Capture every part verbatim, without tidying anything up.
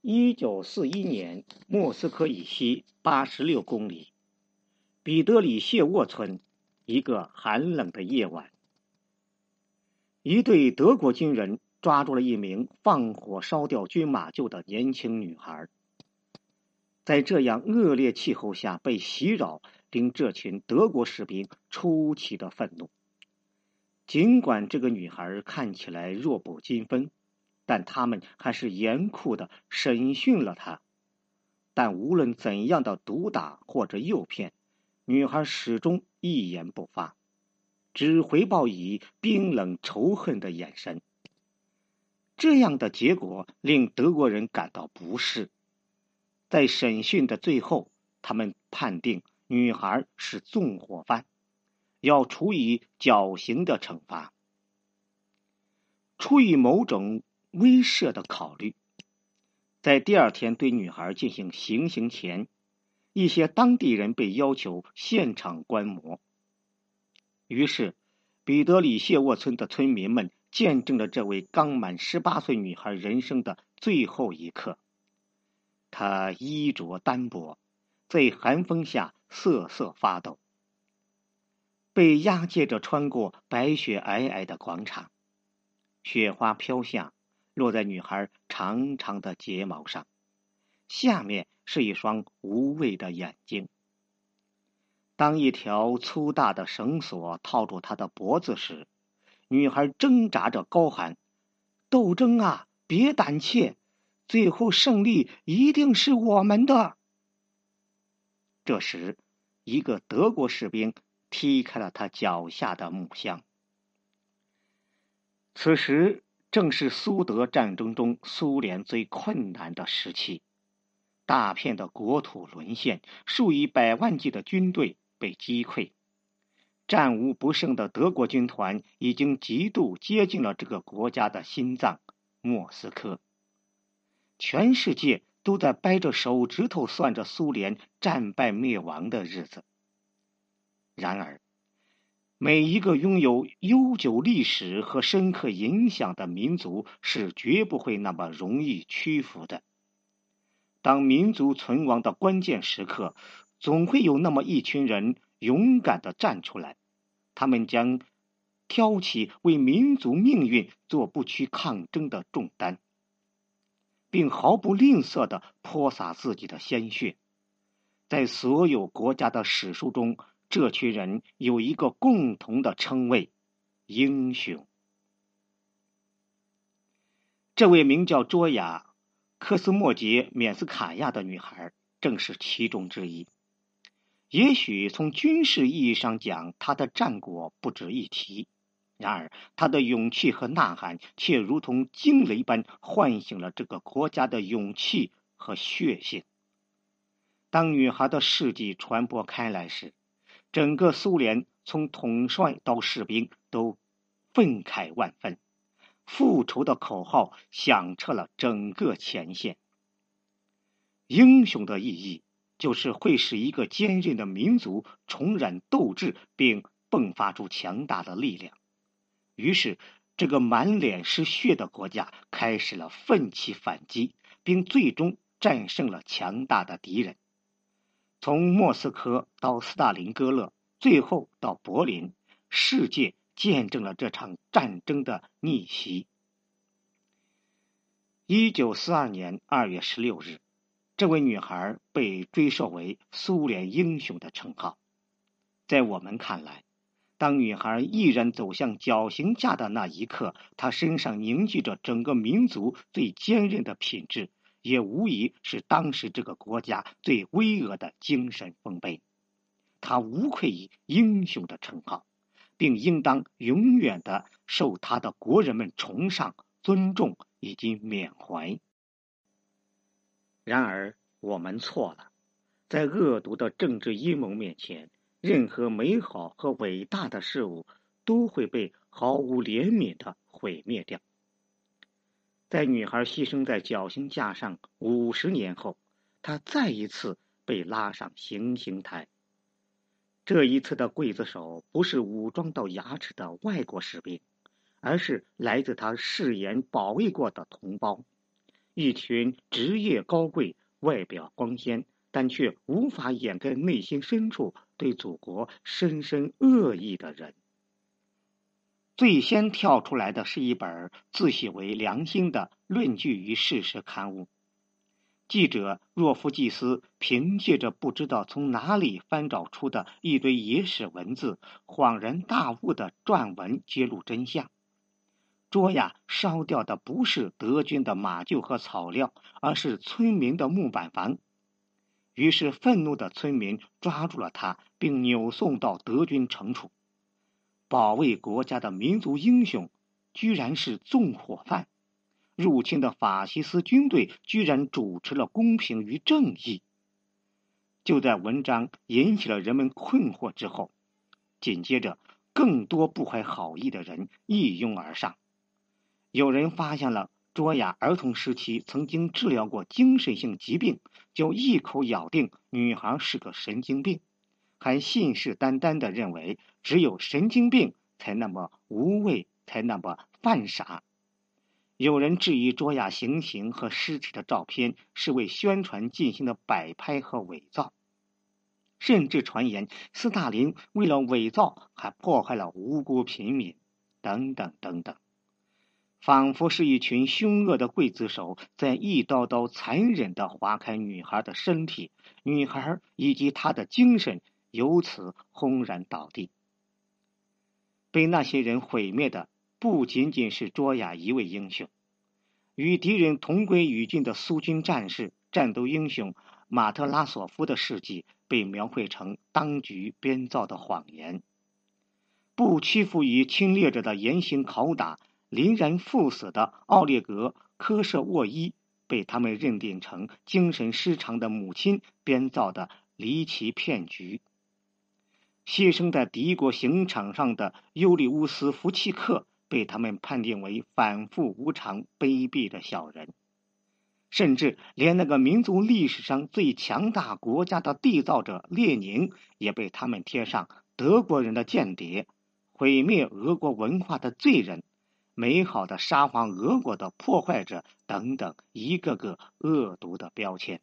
一九四一年，莫斯科以西八十六公里，彼得里谢沃村，一个寒冷的夜晚，一队德国军人抓住了一名放火烧掉军马厩的年轻女孩。在这样恶劣气候下被袭扰，令这群德国士兵出奇的愤怒。尽管这个女孩看起来弱不禁风，但他们还是严酷地审讯了她。但无论怎样的毒打或者诱骗，女孩始终一言不发，只回报以冰冷仇恨的眼神。这样的结果令德国人感到不适。在审讯的最后，他们判定女孩是纵火犯，要处以绞刑的惩罚。出于某种威慑的考虑，在第二天对女孩进行行刑前，一些当地人被要求现场观摩。于是彼得里谢沃村的村民们见证了这位刚满十八岁女孩人生的最后一刻。她衣着单薄，在寒风下瑟瑟发抖，被押解着穿过白雪皑皑的广场，雪花飘下，落在女孩长长的睫毛上，下面是一双无畏的眼睛。当一条粗大的绳索套住她的脖子时，女孩挣扎着高喊：斗争啊，别胆怯，最后胜利一定是我们的。这时，一个德国士兵踢开了他脚下的木箱。此时正是苏德战争中苏联最困难的时期，大片的国土沦陷，数以百万计的军队被击溃，战无不胜的德国军团已经极度接近了这个国家的心脏莫斯科。全世界都在掰着手指头算着苏联战败灭亡的日子。然而，每一个拥有悠久历史和深刻影响的民族是绝不会那么容易屈服的。当民族存亡的关键时刻，总会有那么一群人勇敢地站出来，他们将挑起为民族命运做不屈抗争的重担，并毫不吝啬地泼洒自己的鲜血。在所有国家的史书中，这群人有一个共同的称谓：英雄。这位名叫卓雅·科斯莫杰缅斯卡娅的女孩正是其中之一。也许从军事意义上讲，她的战果不值一提，然而她的勇气和呐喊却如同惊雷般唤醒了这个国家的勇气和血性。当女孩的事迹传播开来时，整个苏联从统帅到士兵都愤慨万分，复仇的口号响彻了整个前线。英雄的意义就是会使一个坚韧的民族重燃斗志，并迸发出强大的力量。于是这个满脸是血的国家开始了奋起反击，并最终战胜了强大的敌人。从莫斯科到斯大林格勒，最后到柏林，世界见证了这场战争的逆袭。一九四二年二月十六日，这位女孩被追授为苏联英雄的称号。在我们看来，当女孩毅然走向绞刑架的那一刻，她身上凝聚着整个民族最坚韧的品质，也无疑是当时这个国家最巍峨的精神丰碑。她无愧于英雄的称号，并应当永远地受她的国人们崇尚、尊重以及缅怀。然而我们错了，在恶毒的政治阴谋面前，任何美好和伟大的事物都会被毫无怜悯地毁灭掉。在女孩牺牲在绞刑架上五十年后，她再一次被拉上行刑台。这一次的刽子手不是武装到牙齿的外国士兵，而是来自他誓言保卫过的同胞， 一群职业高贵、外表光鲜，但却无法掩盖内心深处对祖国深深恶意的人。最先跳出来的是一本自诩为良心的论据与事实刊物。记者若夫祭司凭借着不知道从哪里翻找出的一堆野史文字，恍然大悟的撰文揭露真相。卓雅烧掉的不是德军的马厩和草料，而是村民的木板房。于是愤怒的村民抓住了他，并扭送到德军惩处。保卫国家的民族英雄居然是纵火犯，入侵的法西斯军队居然主持了公平与正义。就在文章引起了人们困惑之后，紧接着更多不怀好意的人一拥而上。有人发现了卓雅儿童时期曾经治疗过精神性疾病，就一口咬定女孩是个神经病，还信誓旦旦地认为只有神经病才那么无畏，才那么犯傻。有人质疑卓雅行刑和尸体的照片是为宣传进行的摆拍和伪造，甚至传言斯大林为了伪造还迫害了无辜平民，等等等等。仿佛是一群凶恶的刽子手在一刀刀残忍地划开女孩的身体，女孩以及她的精神由此轰然倒地。被那些人毁灭的不仅仅是卓雅一位英雄，与敌人同归于尽的苏军战士、战斗英雄马特拉索夫的事迹被描绘成当局编造的谎言。不屈服于侵略者的严刑拷打，临然赴死的奥列格·科舍沃伊被他们认定成精神失常的母亲编造的离奇骗局。牺牲在敌国刑场上的尤利乌斯·福契克被他们判定为反复无常、卑鄙的小人。甚至连那个民族历史上最强大国家的缔造者列宁也被他们贴上德国人的间谍、毁灭俄国文化的罪人、美好的沙皇俄国的破坏者等等一个个恶毒的标签。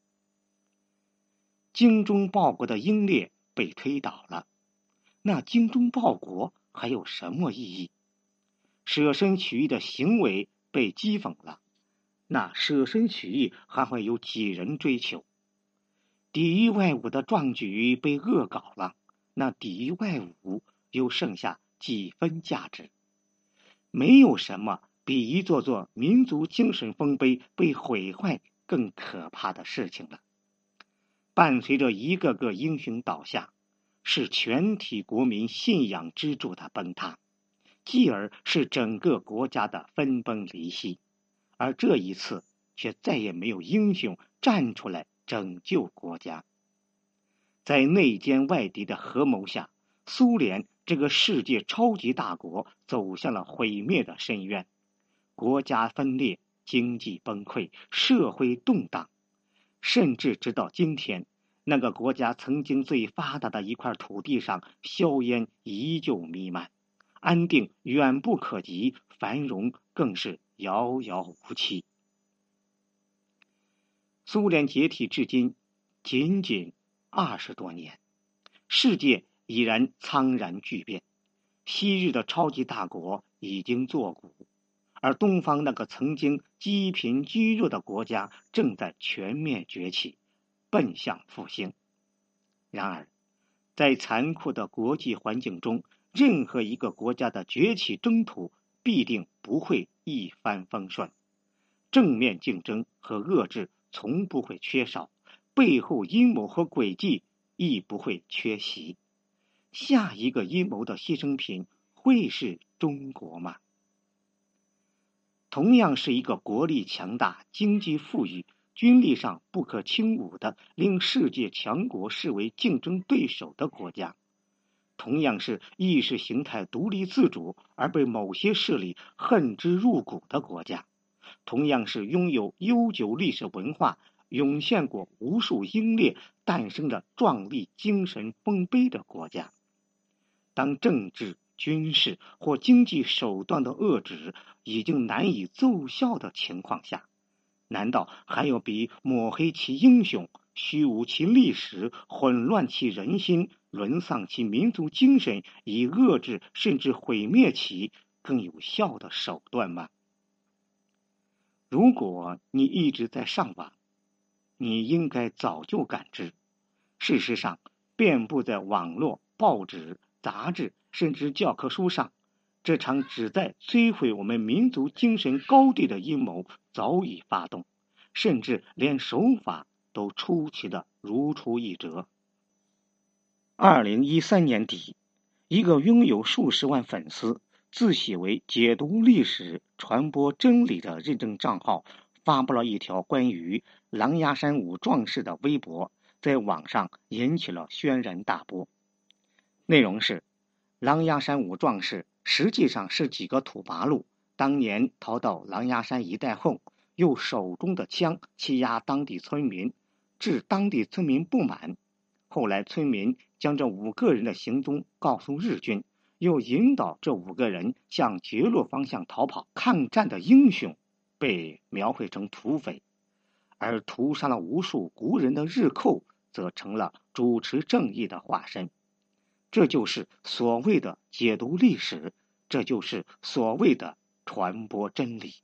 精忠报国的英烈被推倒了，那精忠报国还有什么意义？舍身取义的行为被讥讽了，那舍身取义还会有几人追求？抵御外侮的壮举被恶搞了，那抵御外侮又剩下几分价值？没有什么比一座座民族精神丰碑被毁坏更可怕的事情了。伴随着一个个英雄倒下，是全体国民信仰支柱的崩塌，继而是整个国家的分崩离析。而这一次却再也没有英雄站出来拯救国家。在内奸外敌的合谋下，苏联这个世界超级大国走向了毁灭的深渊，国家分裂，经济崩溃，社会动荡，甚至直到今天，那个国家曾经最发达的一块土地上，硝烟依旧弥漫，安定远不可及，繁荣更是遥遥无期。苏联解体至今仅仅二十多年，世界已然苍然巨变，昔日的超级大国已经作古，而东方那个曾经积贫积弱的国家正在全面崛起，奔向复兴。然而，在残酷的国际环境中，任何一个国家的崛起征途必定不会一帆风顺，正面竞争和遏制从不会缺少，背后阴谋和诡计亦不会缺席。下一个阴谋的牺牲品会是中国吗？同样是一个国力强大、经济富裕、军力上不可轻侮的令世界强国视为竞争对手的国家，同样是意识形态独立自主而被某些势力恨之入骨的国家，同样是拥有悠久历史文化、涌现过无数英烈、诞生着壮丽精神丰碑的国家。当政治、军事或经济手段的遏制已经难以奏效的情况下， 难道还有比抹黑其英雄、虚无其历史、混乱其人心、沦丧其民族精神，以遏制甚至毁灭其更有效的手段吗？如果你一直在上网，你应该早就感知，事实上，遍布在网络、报纸、杂志甚至教科书上，这场旨在摧毁我们民族精神高地的阴谋早已发动，甚至连手法都出奇的如出一辙。二零一三年底，一个拥有数十万粉丝、自诩为解读历史、传播真理的认证账号发布了一条关于狼牙山五壮士的微博，在网上引起了轩然大波。内容是，狼牙山五壮士实际上是几个土八路，当年逃到狼牙山一带后，用手中的枪欺压当地村民，致当地村民不满。后来村民将这五个人的行踪告诉日军，又引导这五个人向绝路方向逃跑。抗战的英雄被描绘成土匪，而屠杀了无数国人的日寇则成了主持正义的化身。这就是所谓的解读历史，这就是所谓的传播真理。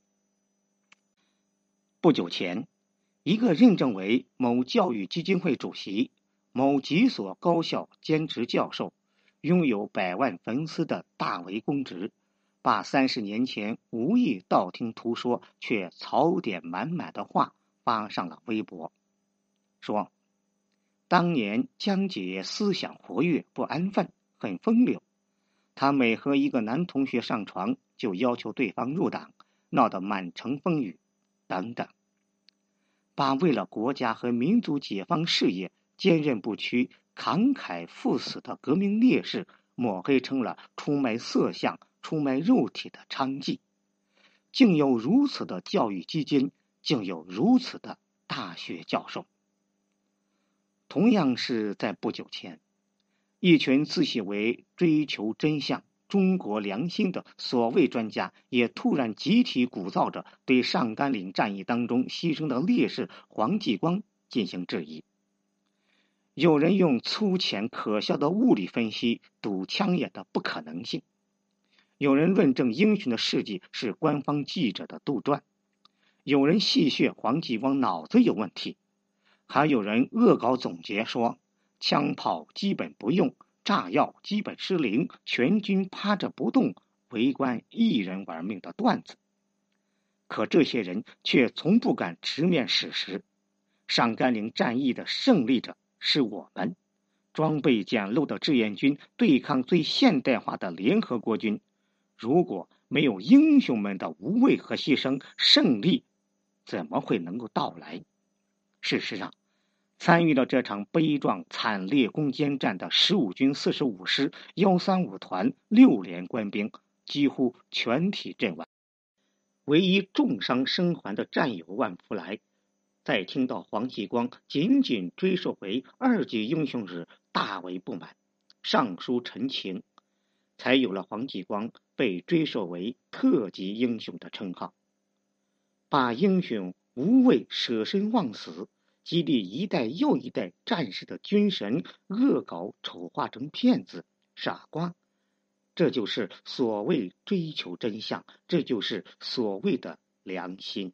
不久前，一个认证为某教育基金会主席、某几所高校兼职教授、拥有百万粉丝的大为公职，把三十年前无意道听途说却槽点满满的话发上了微博，说当年江姐思想活跃不安分，很风流，她每和一个男同学上床就要求对方入党，闹得满城风雨等等，把为了国家和民族解放事业坚韧不屈、慷慨赴死的革命烈士抹黑成了出卖色相、出卖肉体的娼妓。竟有如此的教育基金，竟有如此的大学教授。同样是在不久前，一群自诩为追求真相、中国良心的所谓专家，也突然集体鼓噪着对上甘岭战役当中牺牲的烈士黄继光进行质疑。有人用粗浅可笑的物理分析堵枪眼的不可能性，有人论证英雄的事迹是官方记者的杜撰，有人戏谑黄继光脑子有问题，还有人恶搞总结说枪炮基本不用，炸药基本失灵，全军趴着不动，围观一人玩命的段子。可这些人却从不敢直面事实，上甘岭战役的胜利者是我们，装备简陋的志愿军对抗最现代化的联合国军。如果没有英雄们的无畏和牺牲，胜利怎么会能够到来？事实上，参与了这场悲壮惨烈攻坚战的十五军四十五师一三五团六连官兵几乎全体阵亡。唯一重伤生还的战友万福来，在听到黄继光仅仅追授为二级英雄时大为不满，上书陈情，才有了黄继光被追授为特级英雄的称号。把英雄无畏舍身忘死，激励一代又一代战士的军神恶搞丑化成骗子、傻瓜，这就是所谓追求真相，这就是所谓的良心。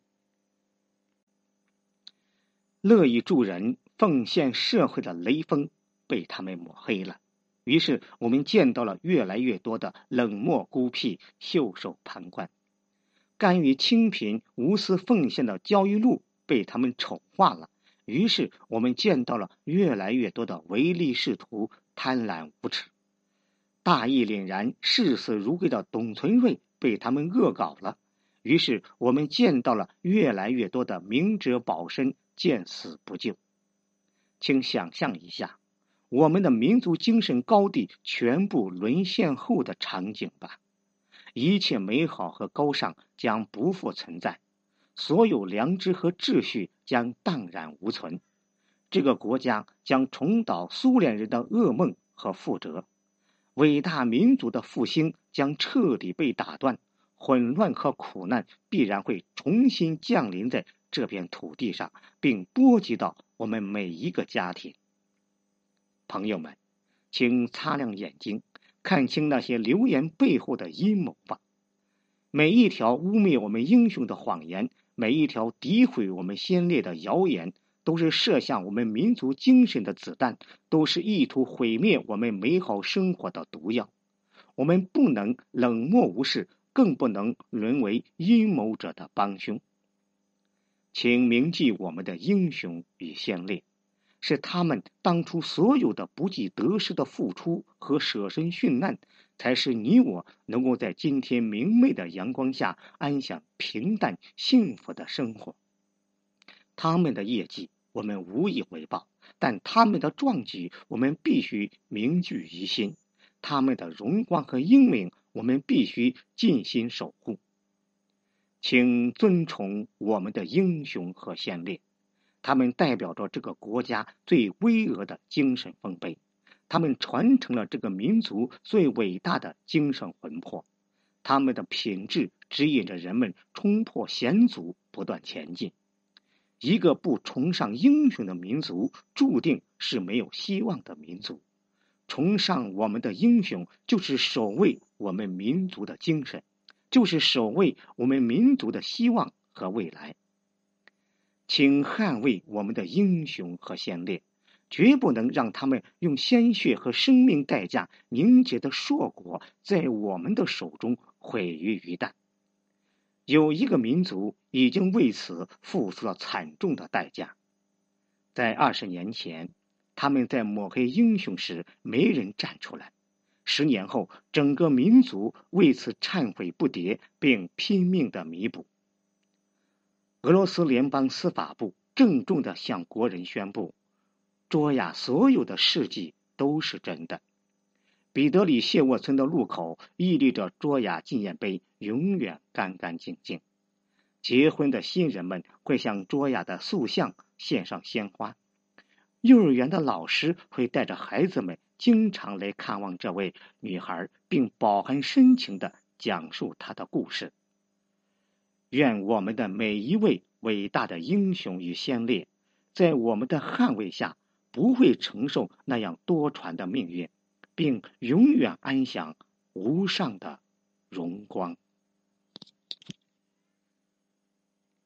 乐意助人、奉献社会的雷锋被他们抹黑了，于是我们见到了越来越多的冷漠孤僻、袖手旁观。甘于清贫、无私奉献的焦裕禄被他们丑化了，于是我们见到了越来越多的唯利是图、贪婪无耻。大义凛然、视死如归的董存瑞被他们恶搞了，于是我们见到了越来越多的明哲保身、见死不救。请想象一下，我们的民族精神高地全部沦陷后的场景吧。一切美好和高尚将不复存在，所有良知和秩序将荡然无存。这个国家将重蹈苏联人的噩梦和覆辙，伟大民族的复兴将彻底被打断， 混乱和苦难必然会重新降临在这片土地上，并波及到我们每一个家庭。朋友们，请擦亮眼睛，看清那些流言背后的阴谋吧。每一条污蔑我们英雄的谎言，每一条诋毁我们先烈的谣言，都是射向我们民族精神的子弹，都是意图毁灭我们美好生活的毒药。我们不能冷漠无视，更不能沦为阴谋者的帮凶。请铭记我们的英雄与先烈，是他们当初所有的不计得失的付出和舍身殉难，才使你我能够在今天明媚的阳光下安享平淡幸福的生活。他们的业绩我们无以回报，但他们的壮举我们必须铭记于心，他们的荣光和英名我们必须尽心守护。请尊崇我们的英雄和先烈，他们代表着这个国家最巍峨的精神丰碑，他们传承了这个民族最伟大的精神魂魄，他们的品质指引着人们冲破险阻，不断前进。一个不崇尚英雄的民族，注定是没有希望的民族。崇尚我们的英雄，就是守卫我们民族的精神，就是守卫我们民族的希望和未来。请捍卫我们的英雄和先烈，绝不能让他们用鲜血和生命代价凝结的硕果在我们的手中毁于鱼蛋。有一个民族已经为此付出了惨重的代价。在二十年前，他们在抹黑英雄时没人站出来，十年后整个民族为此忏悔不迭，并拼命地弥补。俄罗斯联邦司法部郑重地向国人宣布，卓雅所有的事迹都是真的。彼得里谢沃村的路口屹立着卓雅纪念碑，永远干干净净。结婚的新人们会向卓雅的塑像献上鲜花，幼儿园的老师会带着孩子们经常来看望这位女孩，并饱含深情地讲述她的故事。愿我们的每一位伟大的英雄与先烈，在我们的捍卫下，不会承受那样多舛的命运，并永远安享无上的荣光。